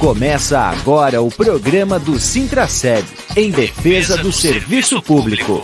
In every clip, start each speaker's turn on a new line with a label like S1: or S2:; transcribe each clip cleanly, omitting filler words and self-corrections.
S1: Começa agora o programa do Sintraceb, em defesa do serviço público.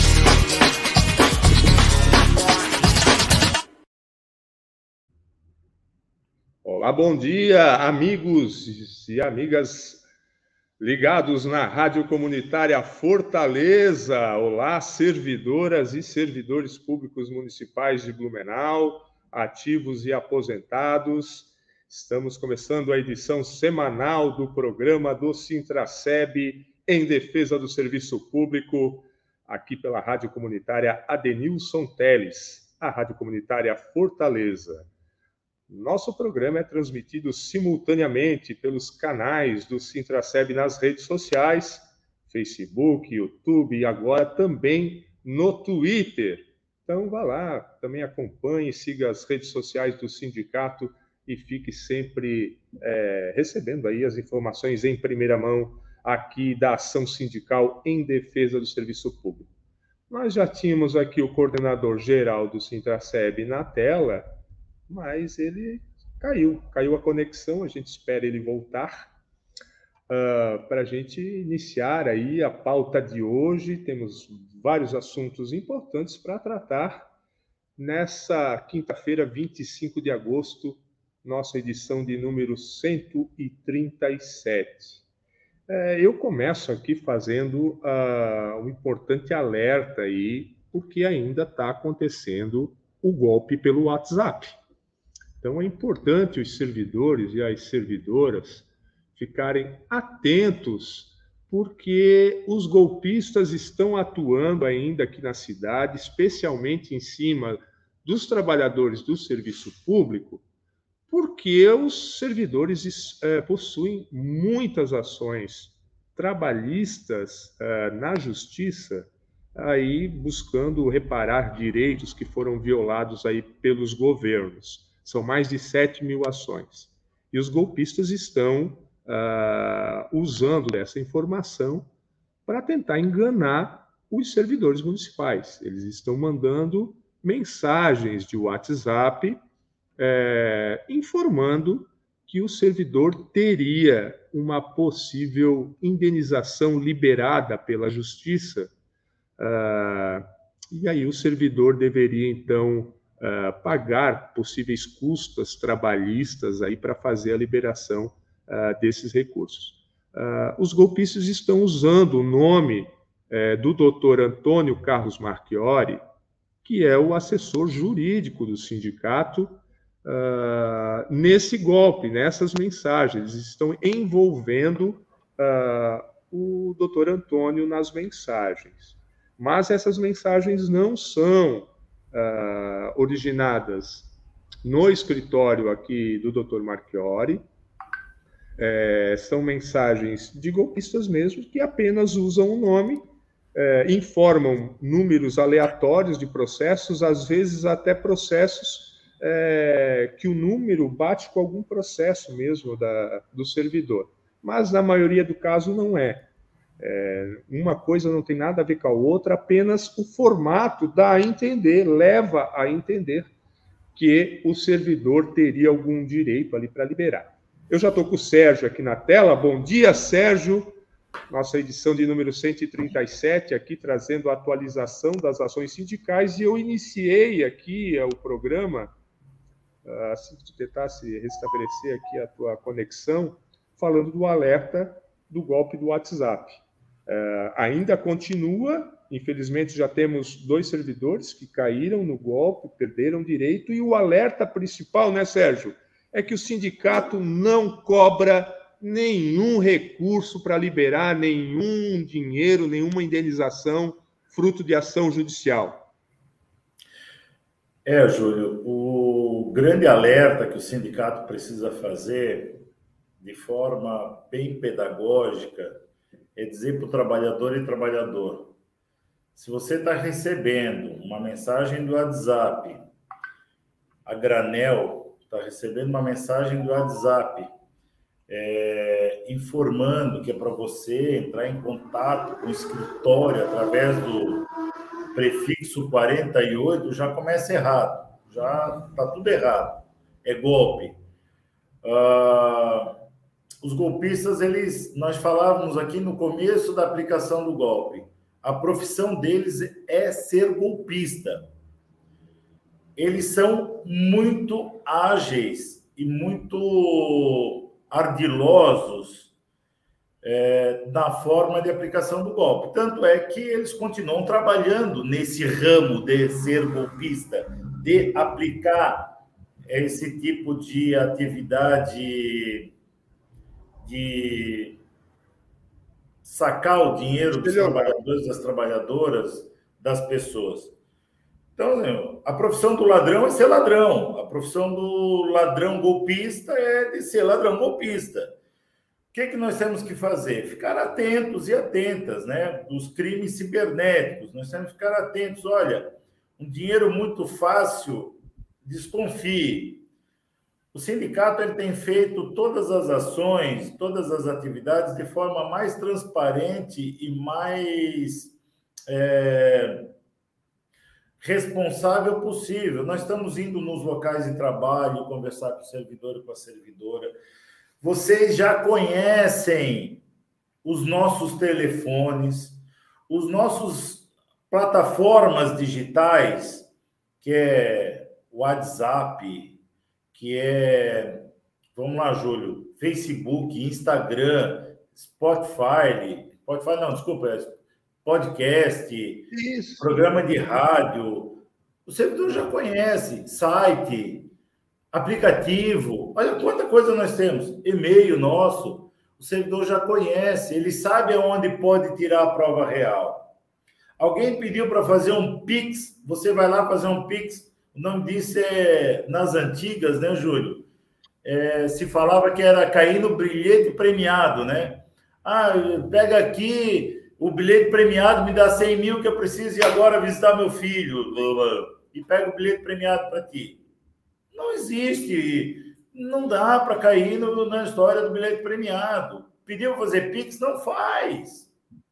S2: Olá, bom dia, amigos e amigas ligados na Rádio Comunitária Fortaleza. Olá, servidoras e servidores públicos municipais de Blumenau, ativos e aposentados. Estamos começando a edição semanal do programa do Sintraceb em defesa do serviço público, aqui pela Rádio Comunitária Adenilson Teles, a Rádio Comunitária Fortaleza. Nosso programa é transmitido simultaneamente pelos canais do Sintraceb nas redes sociais, Facebook, YouTube e agora também no Twitter. Então vá lá, também acompanhe, siga as redes sociais do sindicato e fique sempre recebendo aí as informações em primeira mão aqui da ação sindical em defesa do serviço público. Nós já tínhamos aqui o coordenador geral do Sintraceb na tela, mas ele caiu a conexão, a gente espera ele voltar para a gente iniciar aí a pauta de hoje. Temos vários assuntos importantes para tratar nessa quinta-feira, 25 de agosto, nossa edição de número 137. Eu começo aqui fazendo um importante alerta aí, porque ainda está acontecendo o golpe pelo WhatsApp. Então, é importante os servidores e as servidoras ficarem atentos, porque os golpistas estão atuando ainda aqui na cidade, especialmente em cima dos trabalhadores do serviço público, porque os servidores possuem muitas ações trabalhistas na justiça, aí buscando reparar direitos que foram violados aí pelos governos. São mais de 7 mil ações. E os golpistas estão usando dessa informação para tentar enganar os servidores municipais. Eles estão mandando mensagens de WhatsApp informando que o servidor teria uma possível indenização liberada pela Justiça. E aí o servidor deveria, então, pagar possíveis custas trabalhistas aí para fazer a liberação desses recursos. Os golpistas estão usando o nome do doutor Antônio Carlos Marchiori, que é o assessor jurídico do sindicato, nesse golpe, nessas mensagens. Eles estão envolvendo o doutor Antônio nas mensagens. Mas essas mensagens não são originadas no escritório aqui do Dr. Marchiori. São mensagens de golpistas mesmo, que apenas usam o nome, informam números aleatórios de processos, às vezes até processos que o número bate com algum processo mesmo do servidor. Mas na maioria do caso não é. Uma coisa não tem nada a ver com a outra, apenas o formato dá a entender, leva a entender que o servidor teria algum direito ali para liberar. Eu já estou com o Sérgio aqui na tela. Bom dia, Sérgio. Nossa edição de número 137, aqui trazendo a atualização das ações sindicais, e eu iniciei aqui o programa, assim que tu tentasse restabelecer aqui a tua conexão, falando do alerta do golpe do WhatsApp. Ainda continua, infelizmente já temos 2 servidores que caíram no golpe, perderam direito, e o alerta principal, né, Sérgio, é que o sindicato não cobra nenhum recurso para liberar nenhum dinheiro, nenhuma indenização fruto de ação judicial.
S3: Júlio, o grande alerta que o sindicato precisa fazer de forma bem pedagógica é dizer para o trabalhador e trabalhador: se você está recebendo uma mensagem do WhatsApp, a granel está recebendo uma mensagem do WhatsApp informando que é para você entrar em contato com o escritório através do prefixo 48, já começa errado, já está tudo errado, é golpe. Os golpistas, nós falávamos aqui no começo da aplicação do golpe, a profissão deles é ser golpista. Eles são muito ágeis e muito ardilosos na forma de aplicação do golpe. Tanto é que eles continuam trabalhando nesse ramo de ser golpista, de aplicar esse tipo de atividade de sacar o dinheiro dos trabalhadores, das trabalhadoras, das pessoas. Então, a profissão do ladrão é ser ladrão. A profissão do ladrão golpista é de ser ladrão golpista. O que nós temos que fazer? Ficar atentos e atentas, né? Dos crimes cibernéticos. Nós temos que ficar atentos. Olha, um dinheiro muito fácil, desconfie. O sindicato ele tem feito todas as ações, todas as atividades de forma mais transparente e mais responsável possível. Nós estamos indo nos locais de trabalho, conversar com o servidor e com a servidora. Vocês já conhecem os nossos telefones, os nossos plataformas digitais, que é WhatsApp, que é, vamos lá, Júlio, Facebook, Instagram, Spotify não, desculpa, podcast, isso, programa de rádio. O servidor já conhece, site, aplicativo. Olha quanta coisa nós temos. E-mail nosso, o servidor já conhece, ele sabe aonde pode tirar a prova real. Alguém pediu para fazer um Pix, você vai lá fazer um Pix. O nome disso nas antigas, né, Júlio? Se falava que era cair no bilhete premiado, né? Pega aqui o bilhete premiado, me dá 100 mil que eu preciso ir agora visitar meu filho. E pega o bilhete premiado para ti. Não existe. Não dá para cair na história do bilhete premiado. Pediu para fazer Pix, não faz.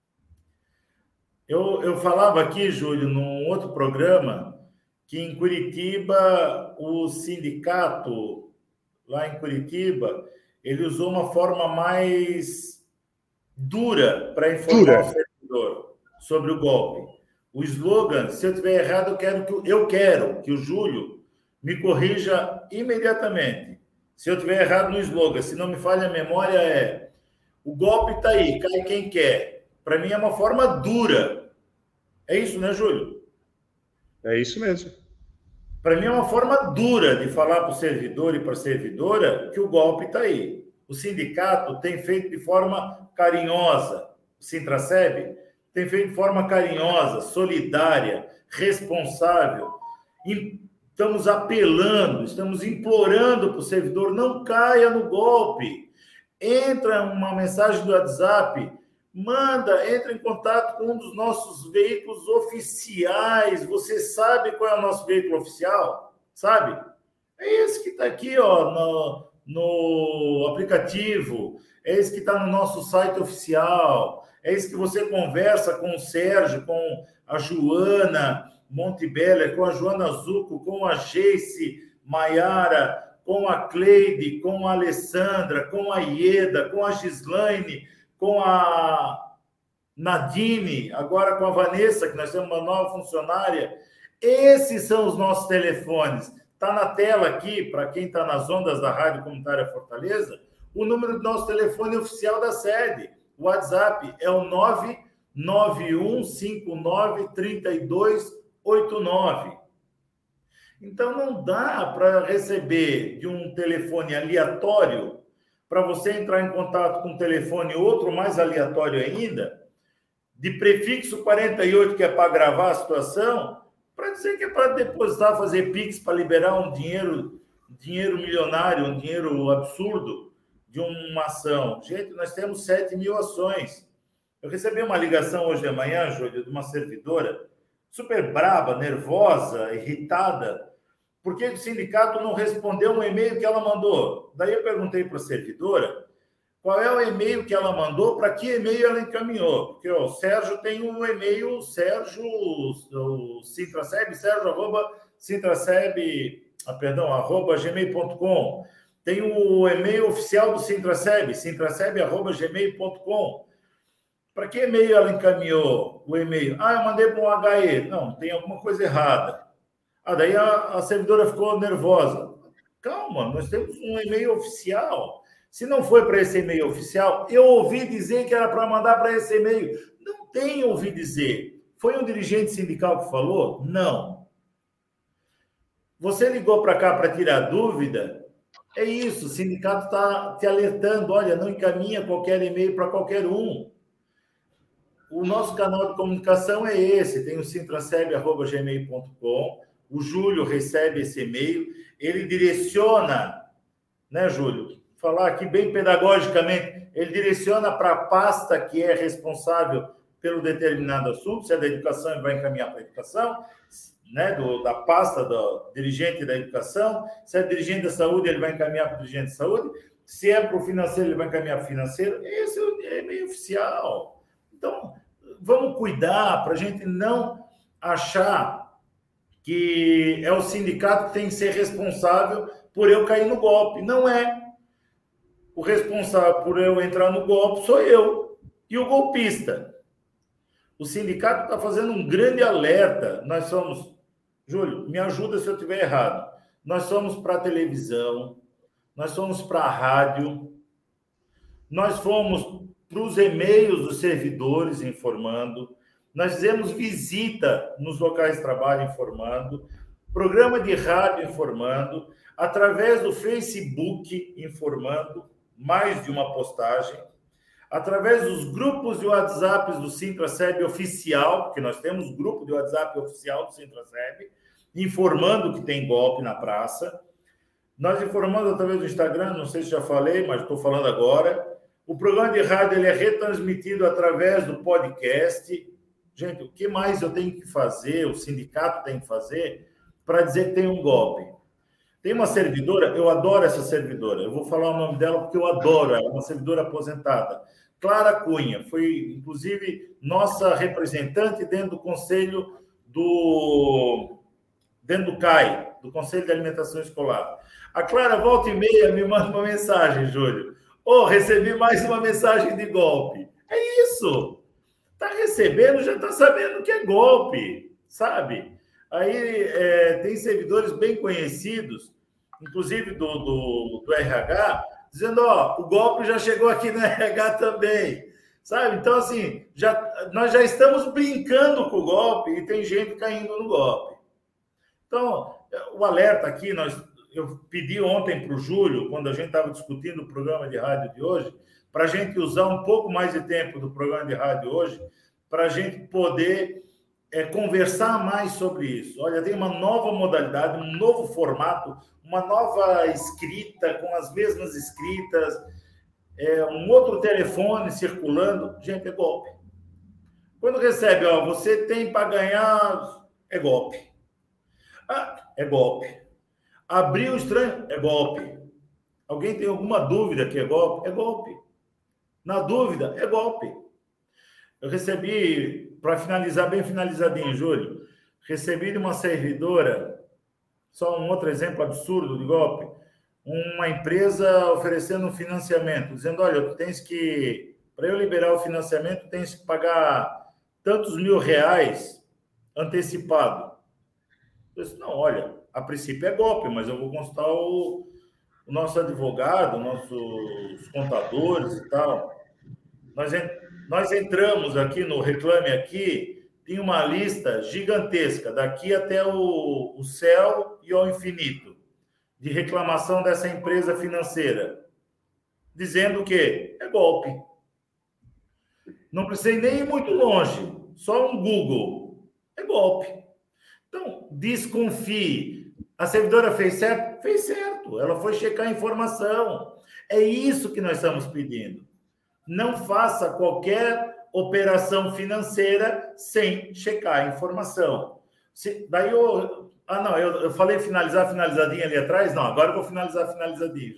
S3: Eu falava aqui, Júlio, num outro programa, que em Curitiba, o sindicato, lá em Curitiba, ele usou uma forma mais dura para informar o servidor sobre o golpe. O slogan, se eu estiver errado, eu quero que o Júlio me corrija imediatamente. Se eu estiver errado no slogan, se não me falha a memória, o golpe está aí, cai quem quer. Para mim é uma forma dura. É isso, né, Júlio?
S2: É isso mesmo.
S3: Para mim é uma forma dura de falar para o servidor e para a servidora que o golpe está aí. O sindicato tem feito de forma carinhosa, o Sintraceb tem feito de forma carinhosa, solidária, responsável. Estamos apelando, estamos implorando para o servidor, não caia no golpe. Entra uma mensagem do WhatsApp, entra em contato com um dos nossos veículos oficiais. Você sabe qual é o nosso veículo oficial? Sabe? É esse que está aqui, ó, no aplicativo. É esse que está no nosso site oficial. É esse que você conversa com o Sérgio, com a Joana Montebeller, com a Joana Zucco, com a Geice Maiara, com a Cleide, com a Alessandra, com a Ieda, com a Gislaine, com a Nadine, agora com a Vanessa, que nós temos uma nova funcionária. Esses são os nossos telefones. Está na tela aqui, para quem está nas ondas da Rádio Comunitária Fortaleza, o número do nosso telefone oficial da sede. O WhatsApp é o 991593289. Então, não dá para receber de um telefone aleatório, para você entrar em contato com um telefone outro mais aleatório ainda, de prefixo 48, que é para gravar a situação, para dizer que é para depositar, fazer Pix, para liberar um dinheiro milionário, um dinheiro absurdo de uma ação. Gente, nós temos 7 mil ações. Eu recebi uma ligação hoje de manhã, Júlio, de uma servidora super braba, nervosa, irritada, porque o sindicato não respondeu um e-mail que ela mandou. Daí eu perguntei para a servidora qual é o e-mail que ela mandou, para que e-mail ela encaminhou. Porque o Sérgio tem um e-mail, Sintraceb, @gmail.com. Tem o e-mail oficial do Sintraceb, sintraceb@gmail.com. Para que e-mail ela encaminhou o e-mail? Eu mandei para um HE. Não, tem alguma coisa errada. Daí a servidora ficou nervosa. Calma, nós temos um e-mail oficial. Se não foi para esse e-mail oficial, eu ouvi dizer que era para mandar para esse e-mail. Não tem ouvi dizer. Foi um dirigente sindical que falou? Não. Você ligou para cá para tirar dúvida? É isso, o sindicato está te alertando. Olha, não encaminha qualquer e-mail para qualquer um. O nosso canal de comunicação é esse. Tem o sintraceb@gmail.com. O Júlio recebe esse e-mail. Ele direciona, né, Júlio? Falar aqui bem pedagogicamente, ele direciona para a pasta que é responsável pelo determinado assunto. Se é da educação, ele vai encaminhar para a educação, né, da pasta do dirigente da educação. Se é dirigente da saúde, ele vai encaminhar para o dirigente da saúde. Se é para o financeiro, ele vai encaminhar para o financeiro. Esse é e-mail oficial. Então, vamos cuidar para a gente não achar que é o sindicato que tem que ser responsável por eu cair no golpe. Não é. O responsável por eu entrar no golpe sou eu e o golpista. O sindicato está fazendo um grande alerta. Nós somos... Júlio, me ajuda se eu estiver errado. Nós somos para a televisão, nós somos para a rádio, nós fomos para os e-mails dos servidores informando, nós fizemos visita nos locais de trabalho informando, programa de rádio informando, através do Facebook informando, mais de uma postagem, através dos grupos de WhatsApp do Sintraceb oficial, porque nós temos grupo de WhatsApp oficial do Sintraceb, informando que tem golpe na praça. Nós informamos através do Instagram, não sei se já falei, mas estou falando agora. O programa de rádio ele é retransmitido através do podcast. Gente, o que mais eu tenho que fazer, o sindicato tem que fazer, para dizer que tem um golpe? Tem uma servidora, eu adoro essa servidora, eu vou falar o nome dela porque eu adoro ela, é uma servidora aposentada. Clara Cunha, foi, inclusive, nossa representante dentro do conselho dentro do CAI, do Conselho de Alimentação Escolar. A Clara, volta e meia, me manda uma mensagem, Júlio. Recebi mais uma mensagem de golpe. É isso. Está recebendo, já está sabendo que é golpe, sabe? Aí tem servidores bem conhecidos, inclusive do RH, dizendo, o golpe já chegou aqui no RH também, sabe? Então, assim, nós já estamos brincando com o golpe e tem gente caindo no golpe. Então, o alerta aqui, eu pedi ontem para o Júlio, quando a gente estava discutindo o programa de rádio de hoje, para a gente usar um pouco mais de tempo do programa de rádio hoje, para a gente poder conversar mais sobre isso. Olha, tem uma nova modalidade, um novo formato, uma nova escrita, com as mesmas escritas, um outro telefone circulando. Gente, é golpe. Quando recebe, você tem para ganhar, é golpe. É golpe. Abriu estranho, é golpe. Alguém tem alguma dúvida que é golpe? É golpe. Na dúvida, é golpe. Eu recebi, para finalizar bem finalizadinho, Júlio, recebi de uma servidora, só um outro exemplo absurdo de golpe, uma empresa oferecendo um financiamento, dizendo, olha, para eu liberar o financiamento, tens que pagar tantos R$1.000 antecipado. Eu disse, não, olha, a princípio é golpe, mas eu vou consultar o nosso advogado, nossos contadores e tal. Nós entramos aqui no Reclame Aqui, tem uma lista gigantesca, daqui até o céu e ao infinito, de reclamação dessa empresa financeira, dizendo que é golpe. Não precisei nem ir muito longe, só um Google. É golpe. Então, desconfie. A servidora fez certo? Fez certo. Ela foi checar a informação. É isso que nós estamos pedindo. Não faça qualquer operação financeira sem checar a informação. Daí eu falei finalizadinho ali atrás. Não, agora eu vou finalizadinho.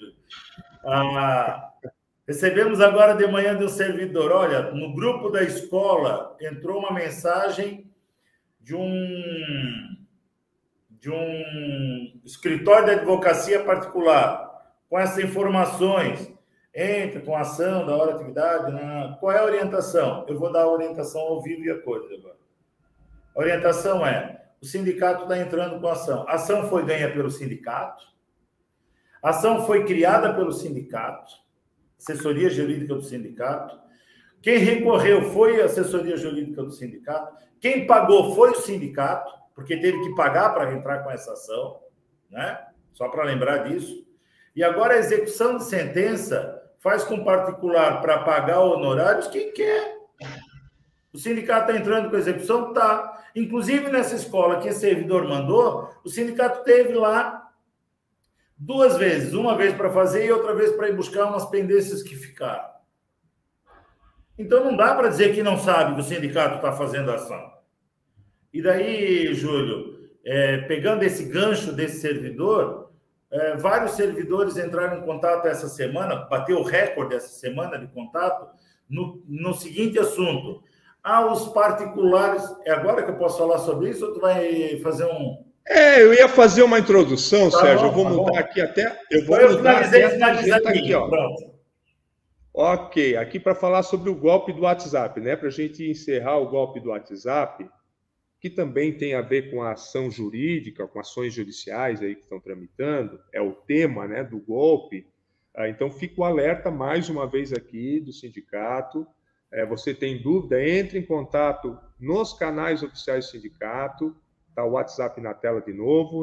S3: Recebemos agora de manhã de um servidor. Olha, no grupo da escola entrou uma mensagem de um escritório de advocacia particular. com essas informações, entra com a ação da hora atividade, qual é a orientação? Eu vou dar a orientação ao vivo e a cores agora. A orientação é, o sindicato está entrando com a ação. A ação foi ganha pelo sindicato, a ação foi criada pelo sindicato, assessoria jurídica do sindicato, quem recorreu foi a assessoria jurídica do sindicato, quem pagou foi o sindicato, porque teve que pagar para entrar com essa ação, né? Só para lembrar disso. E agora a execução de sentença faz com particular para pagar honorários quem quer. O sindicato está entrando com a execução? Tá. Inclusive, nessa escola que esse servidor mandou, o sindicato teve lá 2 vezes. Uma vez para fazer e outra vez para ir buscar umas pendências que ficaram. Então, não dá para dizer que não sabe que o sindicato está fazendo ação. E daí, Júlio, pegando esse gancho desse servidor, vários servidores entraram em contato essa semana, bateu o recorde essa semana de contato, no seguinte assunto. Os particulares... É agora que eu posso falar sobre isso ou tu vai fazer um...
S2: Eu ia fazer uma introdução,
S3: tá
S2: Sérgio.
S3: Bom,
S2: eu vou mudar aqui até... Eu vou
S3: eu
S2: mudar
S3: finalizei
S2: aqui, ó.
S3: Pronto.
S2: Ok, aqui para falar sobre o golpe do WhatsApp, né? Para a gente encerrar o golpe do WhatsApp, que também tem a ver com a ação jurídica, com ações judiciais aí que estão tramitando, é o tema, né, do golpe. Então, fica o alerta mais uma vez aqui do sindicato. Você tem dúvida, entre em contato nos canais oficiais do sindicato, está o WhatsApp na tela de novo,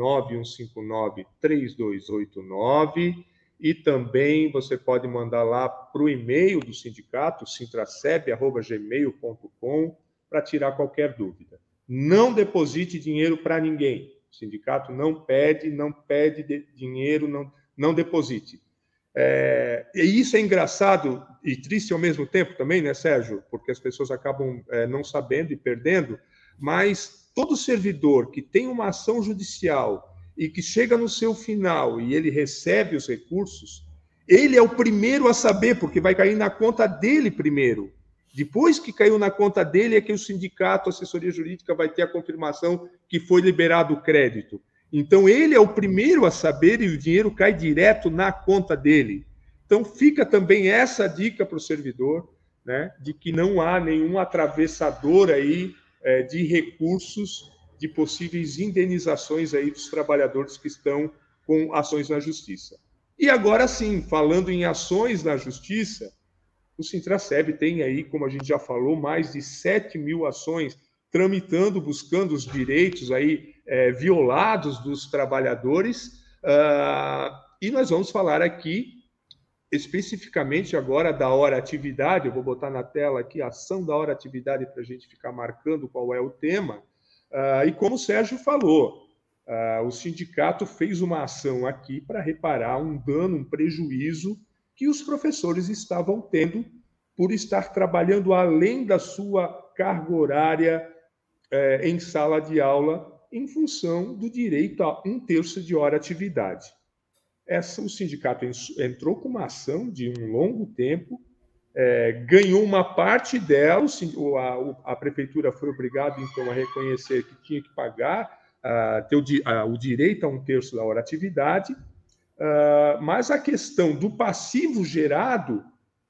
S2: 991593289, e também você pode mandar lá para o e-mail do sindicato, sintraceb@gmail.com, para tirar qualquer dúvida. Não deposite dinheiro para ninguém. O sindicato não pede dinheiro, não deposite. E isso é engraçado e triste ao mesmo tempo também, né, Sérgio? Porque as pessoas acabam não sabendo e perdendo, mas todo servidor que tem uma ação judicial e que chega no seu final e ele recebe os recursos, ele é o primeiro a saber, porque vai cair na conta dele primeiro. Depois que caiu na conta dele, é que o sindicato, a assessoria jurídica, vai ter a confirmação que foi liberado o crédito. Então, ele é o primeiro a saber e o dinheiro cai direto na conta dele. Então, fica também essa dica para o servidor, né, de que não há nenhum atravessador aí de recursos, de possíveis indenizações aí dos trabalhadores que estão com ações na justiça. E agora sim, falando em ações na justiça, o Sintraceb tem aí, como a gente já falou, mais de 7.000 ações tramitando, buscando os direitos aí violados dos trabalhadores. E nós vamos falar aqui especificamente agora da hora atividade. Eu vou botar na tela aqui a ação da hora atividade para a gente ficar marcando qual é o tema. E como o Sérgio falou, o sindicato fez uma ação aqui para reparar um dano, um prejuízo que os professores estavam tendo por estar trabalhando além da sua carga horária em sala de aula, em função do direito a 1/3 de hora atividade. O sindicato entrou com uma ação de um longo tempo, ganhou uma parte dela, a prefeitura foi obrigada, então, a reconhecer que tinha que pagar, ter o direito a 1/3 da hora atividade, mas a questão do passivo gerado,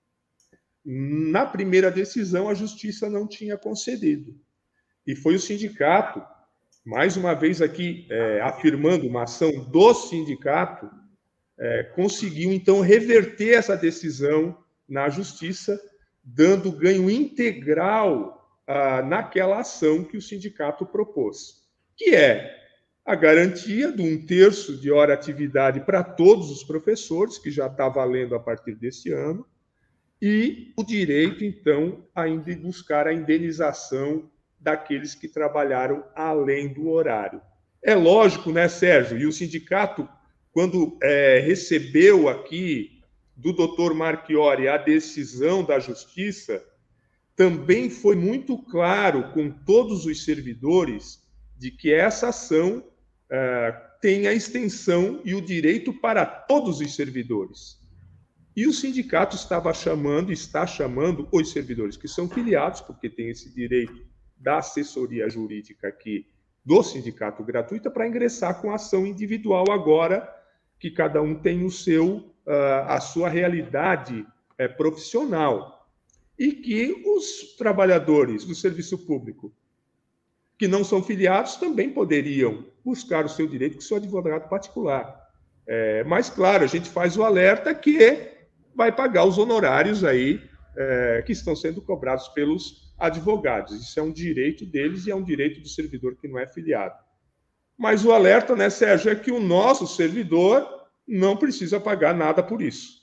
S2: na primeira decisão, a justiça não tinha concedido. E foi o sindicato, mais uma vez aqui, afirmando uma ação do sindicato, conseguiu, então, reverter essa decisão na justiça, dando ganho integral naquela ação que o sindicato propôs, que é a garantia de 1/3 de hora atividade para todos os professores, que já está valendo a partir desse ano, e o direito, então, ainda de buscar a indenização daqueles que trabalharam além do horário. É lógico, né, Sérgio? E o sindicato, quando recebeu aqui do doutor Marchiori a decisão da justiça, também foi muito claro com todos os servidores de que essa ação tem a extensão e o direito para todos os servidores. E o sindicato está chamando os servidores que são filiados, porque tem esse direito da assessoria jurídica aqui do sindicato gratuita, para ingressar com ação individual agora, que cada um tem a sua realidade profissional, e que os trabalhadores do serviço público que não são filiados também poderiam buscar o seu direito, que sou advogado particular. Mas, claro, a gente faz o alerta que vai pagar os honorários aí que estão sendo cobrados pelos advogados. Isso é um direito deles e é um direito do servidor que não é filiado. Mas o alerta, né, Sérgio, é que o nosso servidor não precisa pagar nada por isso.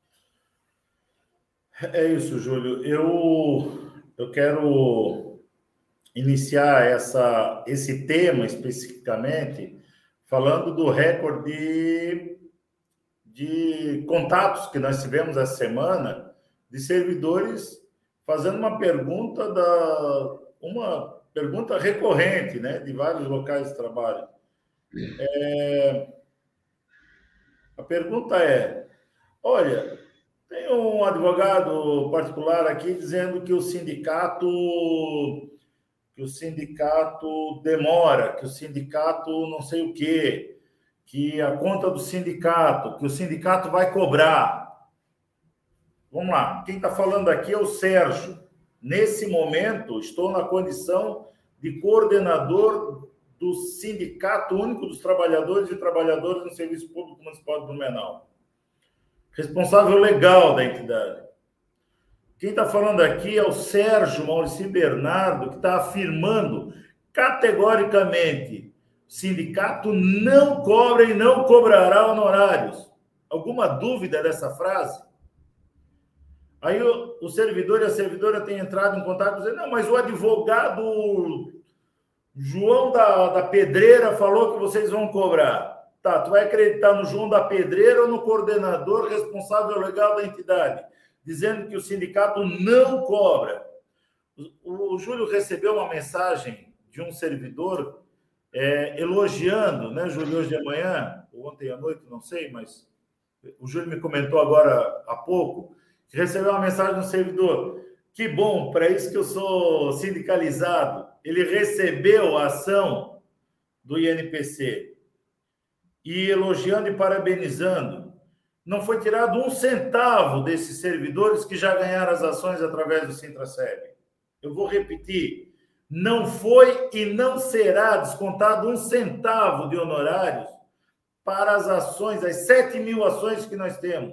S3: É isso, Júlio. Eu quero iniciar esse tema especificamente falando do recorde de contatos que nós tivemos essa semana de servidores fazendo uma pergunta recorrente, né, de vários locais de trabalho. A pergunta é: olha, tem um advogado particular aqui dizendo que o sindicato demora, que o sindicato não sei o quê, que a conta do sindicato, que o sindicato vai cobrar. Vamos lá, quem está falando aqui é o Sérgio. Nesse momento, estou na condição de coordenador do Sindicato Único dos Trabalhadores e Trabalhadoras no Serviço Público Municipal de Blumenau. Responsável legal da entidade. Quem está falando aqui é o Sérgio Maurici Bernardo, que está afirmando categoricamente: o sindicato não cobra e não cobrará honorários. Alguma dúvida dessa frase? Aí o servidor e a servidora têm entrado em contato dizendo: não, mas o advogado João da Pedreira falou que vocês vão cobrar. Tá, tu vai acreditar no João da Pedreira ou no coordenador responsável legal da entidade, dizendo que o sindicato não cobra? O Júlio recebeu uma mensagem de um servidor elogiando, né, Júlio, hoje de manhã, ou ontem à noite, não sei, mas o Júlio me comentou agora há pouco, que recebeu uma mensagem de um servidor: que bom, para isso que eu sou sindicalizado. Ele recebeu a ação do INPC e elogiando e parabenizando. Não foi tirado um centavo desses servidores que já ganharam as ações através do Sintraceb. Eu vou repetir: não foi e não será descontado um centavo de honorários para as ações, as 7.000 ações que nós temos.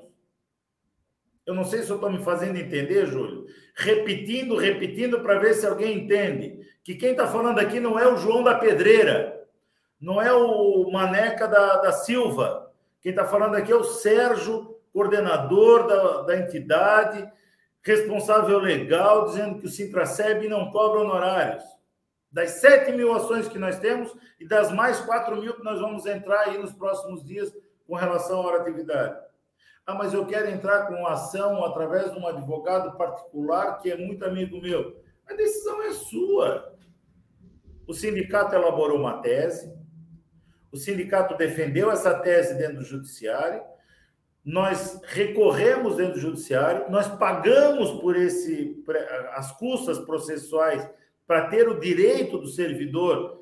S3: Eu não sei se eu estou me fazendo entender, Júlio. Repetindo para ver se alguém entende. Que quem está falando aqui não é o João da Pedreira, não é o Maneca da Silva. Quem está falando aqui é o Sérgio, coordenador da entidade, responsável legal, dizendo que o Sintraceb não cobra honorários. Das 7.000 ações que nós temos e das mais 4.000 que nós vamos entrar aí nos próximos dias com relação à atividade. Ah, mas eu quero entrar com ação através de um advogado particular que é muito amigo meu. A decisão é sua. O sindicato elaborou uma tese, o sindicato defendeu essa tese dentro do judiciário, nós recorremos dentro do judiciário, nós pagamos por as custas processuais para ter o direito do servidor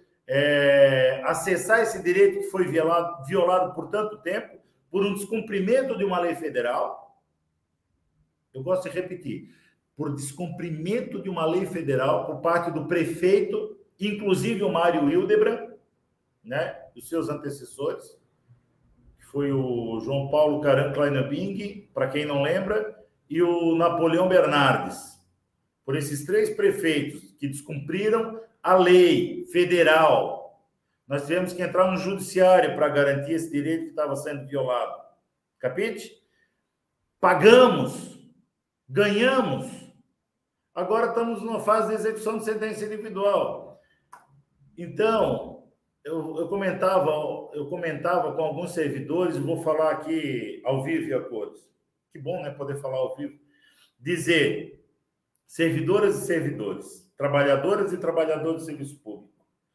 S3: acessar esse direito que foi violado por tanto tempo, por um descumprimento de uma lei federal. Eu gosto de repetir: por descumprimento de uma lei federal por parte do prefeito, inclusive o Mário Hildebrand, né, dos seus antecessores, que foi o João Paulo Caran Kleinabing, para quem não lembra, e o Napoleão Bernardes. Por esses 3 prefeitos que descumpriram a lei federal, nós tivemos que entrar no judiciário para garantir esse direito que estava sendo violado. Capite? Pagamos, ganhamos. Agora estamos numa fase de execução de sentença individual. Então, eu comentava com alguns servidores, vou falar aqui ao vivo e a cores. Que bom, né, poder falar ao vivo. Dizer: servidoras e servidores, trabalhadoras e trabalhadores do serviço público,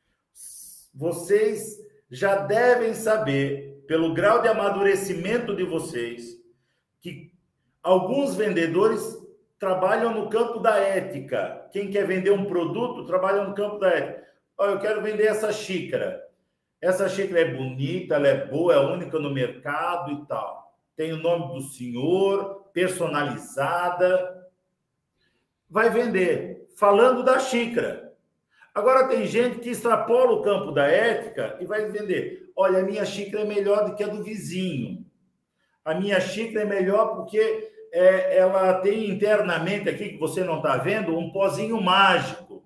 S3: vocês já devem saber, pelo grau de amadurecimento de vocês, que alguns vendedores trabalham no campo da ética. Quem quer vender um produto trabalha no campo da ética. Eu quero vender essa xícara. essa xícara é bonita, ela é boa, é única no mercado e tal. Tem o nome do senhor, personalizada. Vai vender, falando da xícara. Agora, tem gente que extrapola o campo da ética e vai vender. Olha, a minha xícara é melhor do que a do vizinho. A minha xícara é melhor porque ela tem internamente aqui, que você não está vendo, um pozinho mágico.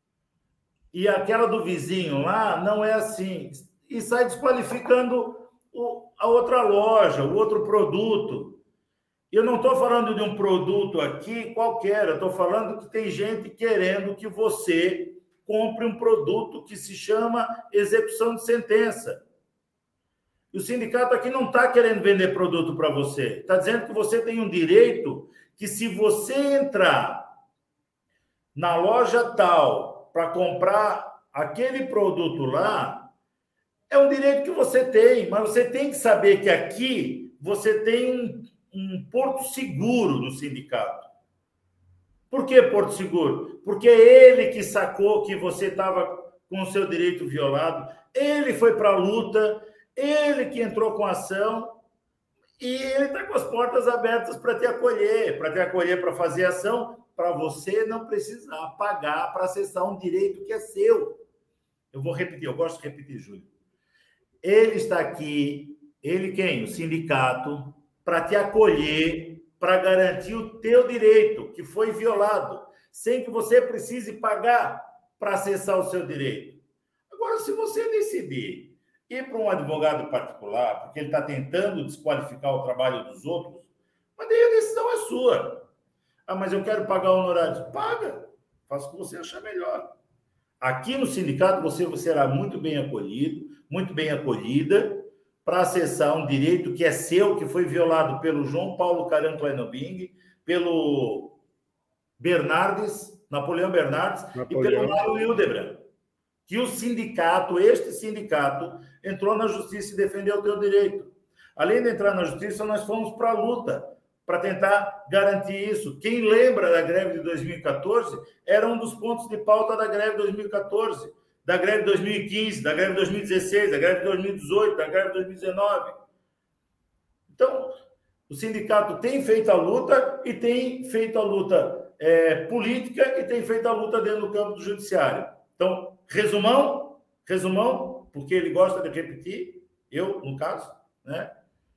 S3: E aquela do vizinho lá não é assim. E sai desqualificando a outra loja, o outro produto. Eu não estou falando de um produto aqui qualquer, eu estou falando que tem gente querendo que você compre um produto que se chama execução de sentença. E o sindicato aqui não está querendo vender produto para você. Está dizendo que você tem um direito que, se você entrar na loja tal para comprar aquele produto lá, é um direito que você tem, mas você tem que saber que aqui você tem um porto seguro do sindicato. Por que porto seguro? Porque é ele que sacou que você estava com o seu direito violado, ele foi para a luta, ele que entrou com a ação e ele está com as portas abertas para te acolher, para fazer ação, para você não precisar pagar para acessar um direito que é seu. Eu vou repetir, eu gosto de repetir, Júlio. Ele está aqui, ele quem? O sindicato, para te acolher, para garantir o teu direito, que foi violado, sem que você precise pagar para acessar o seu direito. Agora, se você decidir ir para um advogado particular, porque ele está tentando desqualificar o trabalho dos outros, mas daí a decisão é sua. Ah, mas eu quero pagar honorários. Paga, faça o que você achar melhor. Aqui no sindicato você será muito bem acolhido, muito bem acolhida, para acessar um direito que é seu, que foi violado pelo João Paulo Caran Kleinobing, pelo Napoleão Bernardes e pelo Mário Hildebrand. Que o sindicato, este sindicato, entrou na justiça e defendeu o teu direito. Além de entrar na justiça, nós fomos para a luta, para tentar garantir isso. Quem lembra da greve de 2014, era um dos pontos de pauta da greve de 2014, da greve de 2015, da greve de 2016, da greve de 2018, da greve de 2019. Então, o sindicato tem feito a luta e tem feito a luta política e tem feito a luta dentro do campo do judiciário. Então, resumão, porque ele gosta de repetir, eu, no caso, né?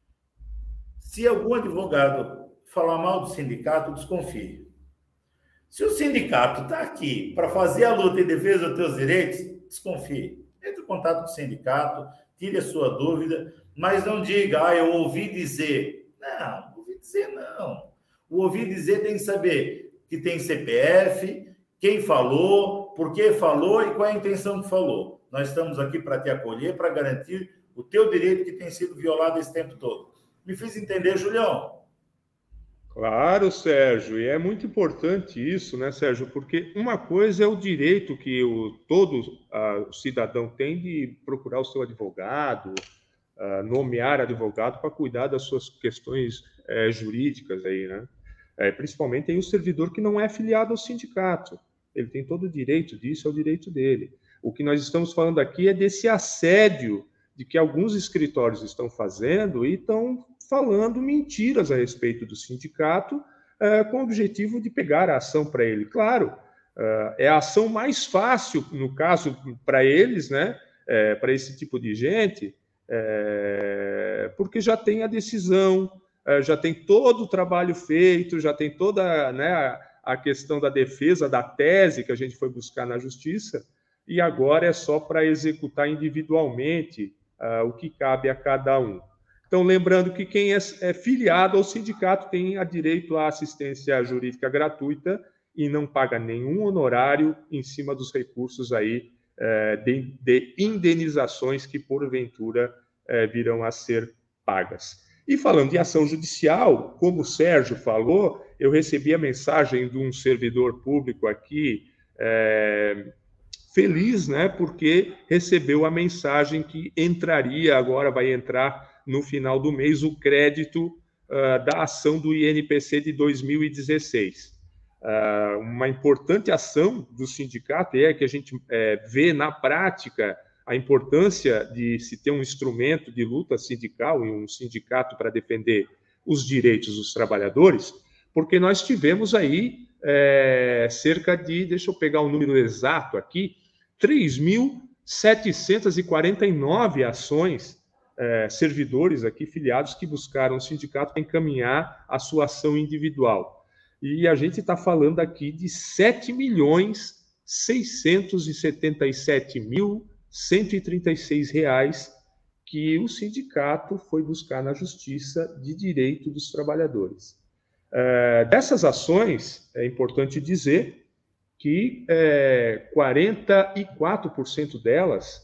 S3: Se algum advogado falar mal do sindicato, desconfie. Se o sindicato está aqui para fazer a luta em defesa dos teus direitos, desconfie. Entre em contato com o sindicato, tire a sua dúvida, mas não diga, eu ouvi dizer. Não, ouvi dizer não. O ouvir dizer tem que saber que tem CPF, quem falou, por que falou e qual é a intenção que falou. Nós estamos aqui para te acolher, para garantir o teu direito que tem sido violado esse tempo todo. Me fiz entender, Julião?
S2: Claro, Sérgio, e é muito importante isso, né, Sérgio? Porque uma coisa é o direito que todo cidadão tem de procurar o seu advogado, nomear advogado para cuidar das suas questões jurídicas aí, né? Principalmente tem o servidor que não é afiliado ao sindicato. Ele tem todo o direito disso, é o direito dele. O que nós estamos falando aqui é desse assédio de que alguns escritórios estão fazendo e estão falando mentiras a respeito do sindicato com o objetivo de pegar a ação para ele. Claro, é a ação mais fácil, no caso, para eles, né, para esse tipo de gente, porque já tem a decisão, já tem todo o trabalho feito, já tem toda, né, a questão da defesa da tese que a gente foi buscar na justiça, e agora é só para executar individualmente o que cabe a cada um. Então, lembrando que quem é filiado ao sindicato tem direito à assistência jurídica gratuita e não paga nenhum honorário em cima dos recursos aí de indenizações que, porventura, virão a ser pagas. E falando de ação judicial, como o Sérgio falou, eu recebi a mensagem de um servidor público aqui, feliz, né, porque recebeu a mensagem que entraria, agora vai entrar no final do mês, o crédito da ação do INPC de 2016. Uma importante ação do sindicato que a gente vê na prática a importância de se ter um instrumento de luta sindical e um sindicato para defender os direitos dos trabalhadores, porque nós tivemos aí cerca de, deixa eu pegar o número exato aqui, 3.749 ações, servidores aqui filiados que buscaram o sindicato para encaminhar a sua ação individual. E a gente está falando aqui de 7.677.136 reais que o sindicato foi buscar na Justiça de Direito dos Trabalhadores. Dessas ações, é importante dizer que 44% delas,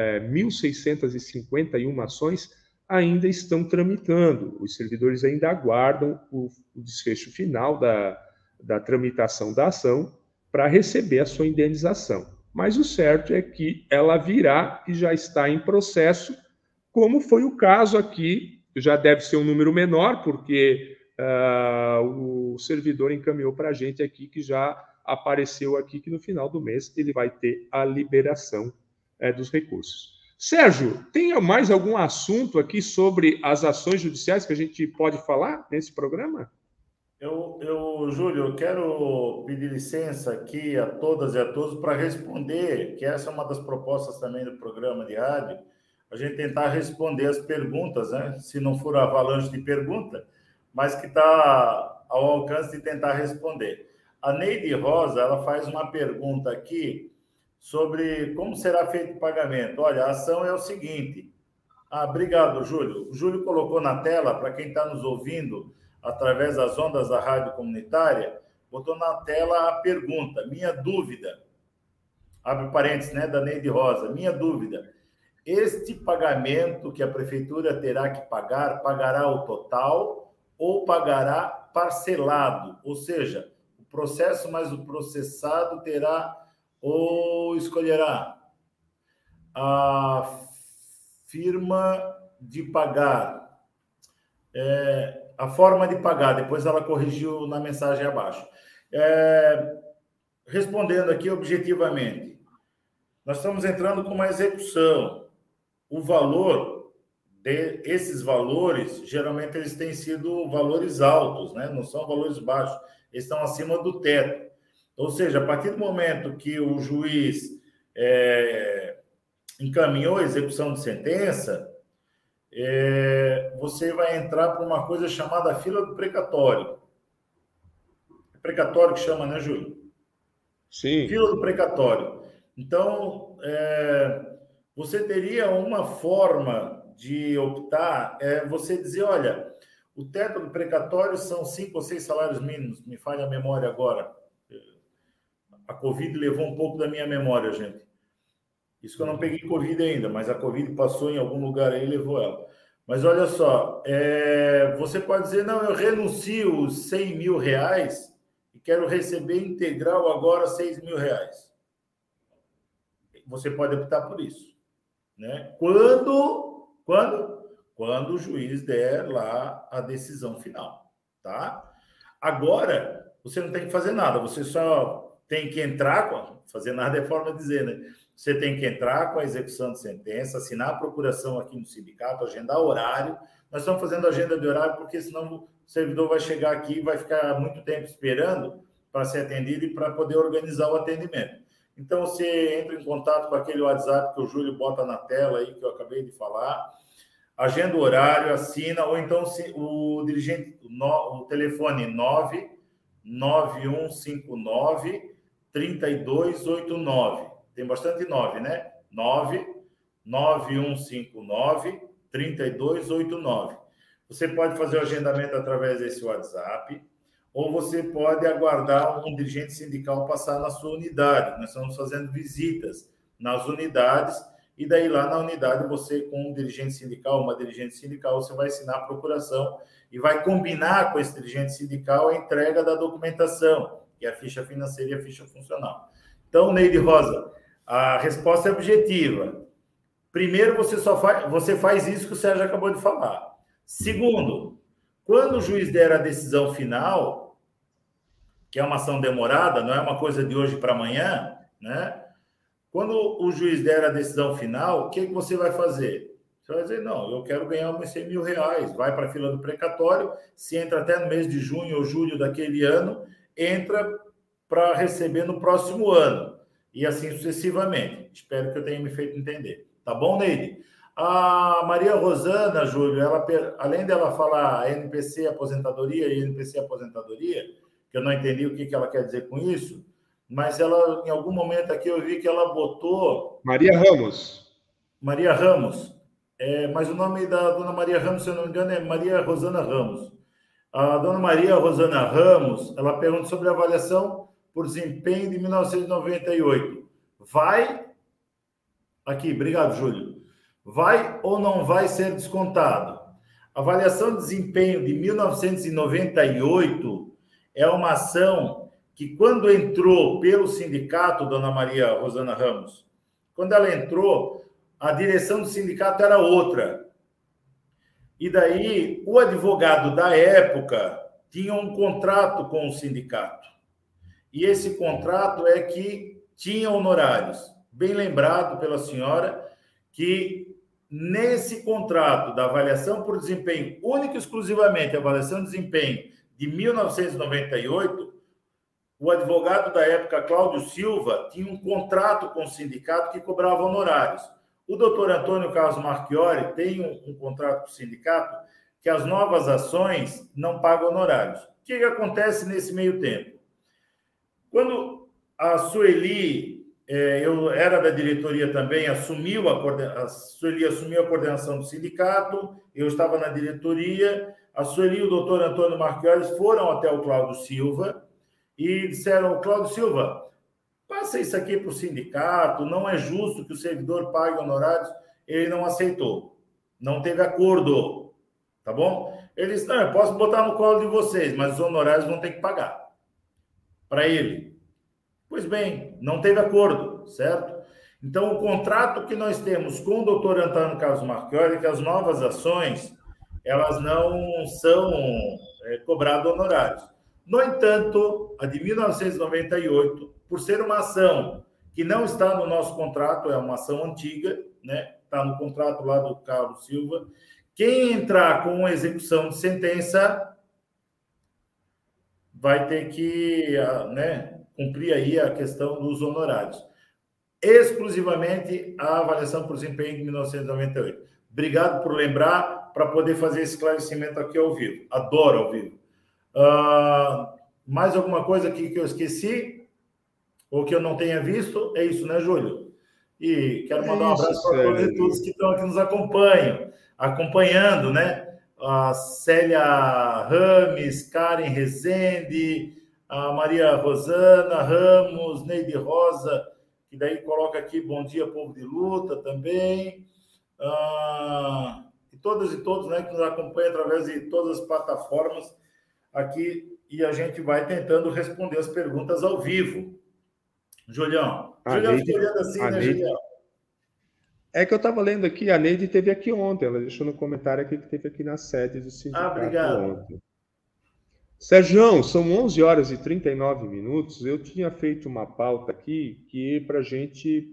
S2: 1.651 ações, ainda estão tramitando. Os servidores ainda aguardam o desfecho final da tramitação da ação para receber a sua indenização. Mas o certo é que ela virá e já está em processo, como foi o caso aqui, já deve ser um número menor, porque o servidor encaminhou para a gente aqui, que já apareceu aqui, que no final do mês ele vai ter a liberação dos recursos. Sérgio, tem mais algum assunto aqui sobre as ações judiciais que a gente pode falar nesse programa?
S3: Júlio, eu quero pedir licença aqui a todas e a todos para responder, que essa é uma das propostas também do programa de rádio, a gente tentar responder as perguntas, né? Se não for avalanche de pergunta, mas que está ao alcance de tentar responder. A Neide Rosa, ela faz uma pergunta aqui sobre como será feito o pagamento. Olha, a ação é o seguinte. Obrigado, Júlio. O Júlio colocou na tela, para quem está nos ouvindo, através das ondas da rádio comunitária, botou na tela a pergunta, minha dúvida, abre parênteses, né, da Neide Rosa, minha dúvida, este pagamento que a prefeitura terá que pagar, pagará o total ou pagará parcelado? Ou seja, o processo mais o processado terá ou escolherá a firma de pagar, a forma de pagar, depois ela corrigiu na mensagem abaixo. Respondendo aqui objetivamente, nós estamos entrando com uma execução. O valor esses valores, geralmente eles têm sido valores altos, né? Não são valores baixos, eles estão acima do teto. Ou seja, a partir do momento que o juiz encaminhou a execução de sentença, você vai entrar para uma coisa chamada fila do precatório. É precatório que chama, né, Júlio?
S2: Sim.
S3: Fila do precatório. Então, você teria uma forma de optar, você dizer, olha, o teto do precatório são 5 ou 6 salários mínimos, me falha a memória agora. A Covid levou um pouco da minha memória, gente. Isso que eu não peguei Covid ainda, mas a Covid passou em algum lugar aí e levou ela. Mas olha só, você pode dizer, não, eu renuncio os 100 mil reais e quero receber integral agora 6 mil reais. Você pode optar por isso, né? Quando o juiz der lá a decisão final, tá? Agora, você não tem que fazer nada, você só tem que entrar, fazer nada é forma de dizer, né? Você tem que entrar com a execução de sentença, assinar a procuração aqui no sindicato, agendar horário. Nós estamos fazendo agenda de horário porque senão o servidor vai chegar aqui e vai ficar muito tempo esperando para ser atendido e para poder organizar o atendimento. Então, você entra em contato com aquele WhatsApp que o Júlio bota na tela aí, que eu acabei de falar, agenda o horário, assina, ou então o dirigente, o telefone 99159-3289. Tem bastante 9, né? 99159-3289. Você pode fazer o agendamento através desse WhatsApp, ou você pode aguardar um dirigente sindical passar na sua unidade. Nós estamos fazendo visitas nas unidades, e daí lá na unidade você, com um dirigente sindical, uma dirigente sindical, você vai assinar a procuração e vai combinar com esse dirigente sindical a entrega da documentação, que é a ficha financeira e a ficha funcional. Então, Neide Rosa, a resposta é objetiva. Primeiro, você faz isso que o Sérgio acabou de falar. Segundo, quando o juiz der a decisão final, que é uma ação demorada, não é uma coisa de hoje para amanhã, né? Quando o juiz der a decisão final, o que você vai fazer? Você vai dizer, não, eu quero ganhar uns 100 mil reais. Vai para a fila do precatório, se entra até no mês de junho ou julho daquele ano, entra para receber no próximo ano. E assim sucessivamente. Espero que eu tenha me feito entender. Tá bom, Neide? A Maria Rosana, Júlio, além dela falar NPC aposentadoria e NPC aposentadoria, que eu não entendi o que ela quer dizer com isso, mas ela, em algum momento aqui, eu vi que ela botou...
S2: Maria Ramos.
S3: Maria Ramos. Mas o nome da dona Maria Ramos, se eu não me engano, é Maria Rosana Ramos. A dona Maria Rosana Ramos, ela pergunta sobre a avaliação por desempenho de 1998. Vai... Aqui, obrigado, Júlio. Vai ou não vai ser descontado? A avaliação de desempenho de 1998 é uma ação que, quando entrou pelo sindicato, dona Maria Rosana Ramos, quando ela entrou, a direção do sindicato era outra. E daí, o advogado da época tinha um contrato com o sindicato. E esse contrato é que tinha honorários. Bem lembrado pela senhora que nesse contrato da avaliação por desempenho, única e exclusivamente a avaliação de desempenho de 1998, o advogado da época, Cláudio Silva, tinha um contrato com o sindicato que cobrava honorários. O doutor Antônio Carlos Marchiori tem um contrato com o sindicato que as novas ações não pagam honorários. O que acontece nesse meio tempo? Quando a Sueli... eu era da diretoria também, a Sueli assumiu a coordenação do sindicato, eu estava na diretoria, a Sueli e o doutor Antônio Marchiori foram até o Cláudio Silva e disseram, Cláudio Silva, passa isso aqui para o sindicato, não é justo que o servidor pague honorários. Ele não aceitou, não teve acordo, tá bom? Ele disse, não, eu posso botar no colo de vocês, mas os honorários vão ter que pagar para ele. Pois bem, não teve acordo, certo? Então, o contrato que nós temos com o doutor Antônio Carlos Marchiori é que as novas ações, elas não são cobradas honorários. No entanto, a de 1998, por ser uma ação que não está no nosso contrato, é uma ação antiga, né? Está no contrato lá do Carlos Silva, quem entrar com execução de sentença vai ter que, né, cumprir aí a questão dos honorários. Exclusivamente a avaliação por desempenho de 1998. Obrigado por lembrar, para poder fazer esse esclarecimento aqui ao vivo. Adoro ao vivo. Mais alguma coisa aqui que eu esqueci? Ou que eu não tenha visto? É isso, né, Júlio? E quero mandar um abraço para todos e todos que estão aqui nos acompanhando, né? A Célia Rames, Karen Rezende, a Maria Rosana Ramos, Neide Rosa, que daí coloca aqui, bom dia, povo de luta também. E todas e todos, né, que nos acompanham através de todas as plataformas aqui, e a gente vai tentando responder as perguntas ao vivo. Julião, ficou olhando assim, né, Julião?
S2: É que eu estava lendo aqui, a Neide esteve aqui ontem, ela deixou no comentário aqui que esteve aqui na sede do sindicato ontem. Sérgio, são 11 horas e 39 minutos, eu tinha feito uma pauta aqui que para a gente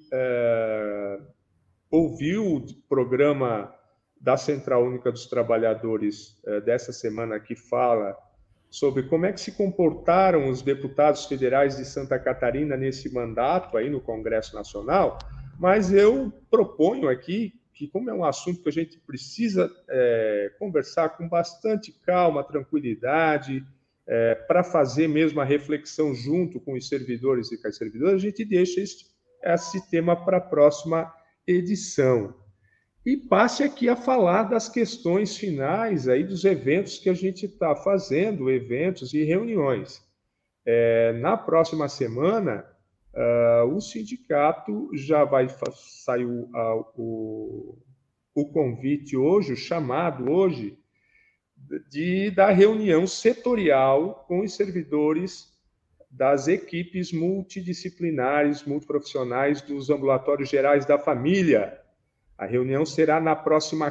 S2: ouvir o programa da Central Única dos Trabalhadores dessa semana que fala sobre como é que se comportaram os deputados federais de Santa Catarina nesse mandato aí no Congresso Nacional, mas eu proponho aqui que, como é um assunto que a gente precisa conversar com bastante calma, tranquilidade, para fazer mesmo a reflexão junto com os servidores e com as servidoras, a gente deixa esse tema para a próxima edição. E passe aqui a falar das questões finais aí dos eventos que a gente está fazendo, eventos e reuniões. Na próxima semana, o sindicato já vai sair o convite hoje, o chamado hoje, da reunião setorial com os servidores das equipes multidisciplinares, multiprofissionais dos ambulatórios gerais da família. A reunião será na próxima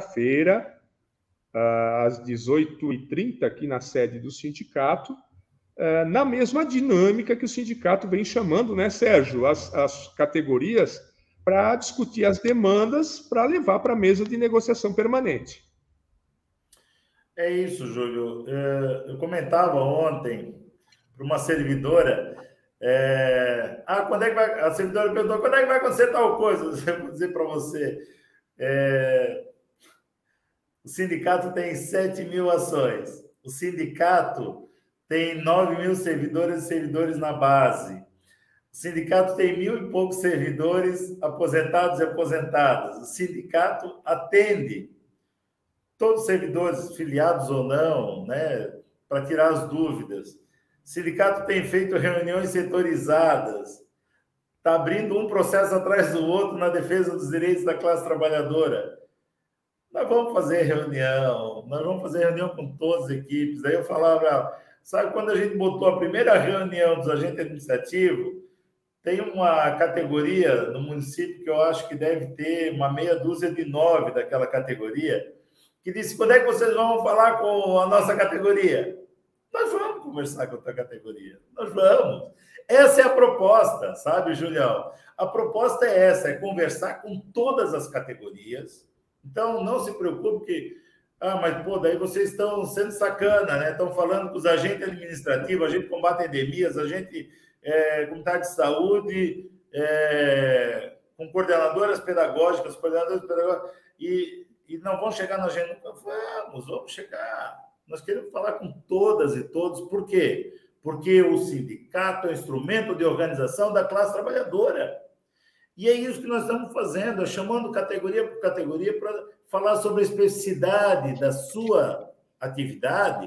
S2: quarta-feira, às 18h30, aqui na sede do sindicato, na mesma dinâmica que o sindicato vem chamando, né, Sérgio, as categorias para discutir as demandas para levar para a mesa de negociação permanente.
S3: É isso, Júlio. Eu comentava ontem para uma servidora, quando é que vai... A servidora perguntou, quando é que vai acontecer tal coisa? Eu vou dizer para você, o sindicato tem 7 mil ações, o sindicato tem 9 mil servidores e servidores na base, o sindicato tem 1.000 e poucos servidores aposentados e aposentadas, o sindicato atende todos os servidores, filiados ou não, né, para tirar as dúvidas. O sindicato tem feito reuniões setorizadas, está abrindo um processo atrás do outro na defesa dos direitos da classe trabalhadora. Nós vamos fazer reunião com todas as equipes. Aí eu falava, sabe, quando a gente botou a primeira reunião dos agentes administrativos, tem uma categoria no município que eu acho que deve ter uma meia dúzia de 9 daquela categoria, que disse, quando é que vocês vão falar com a nossa categoria? Nós vamos conversar com a tua categoria. Nós vamos. Essa é a proposta, sabe, Julião? A proposta é essa, é conversar com todas as categorias. Então, não se preocupe que... mas, daí vocês estão sendo sacana, né? Estão falando com os agentes administrativos, agente de combate a endemias, agente comunitário de saúde, com coordenadoras pedagógicas, e não vão chegar na agenda. Vamos chegar. Nós queremos falar com todas e todos. Por quê? Porque o sindicato é um instrumento de organização da classe trabalhadora. E é isso que nós estamos fazendo, chamando categoria por categoria para falar sobre a especificidade da sua atividade,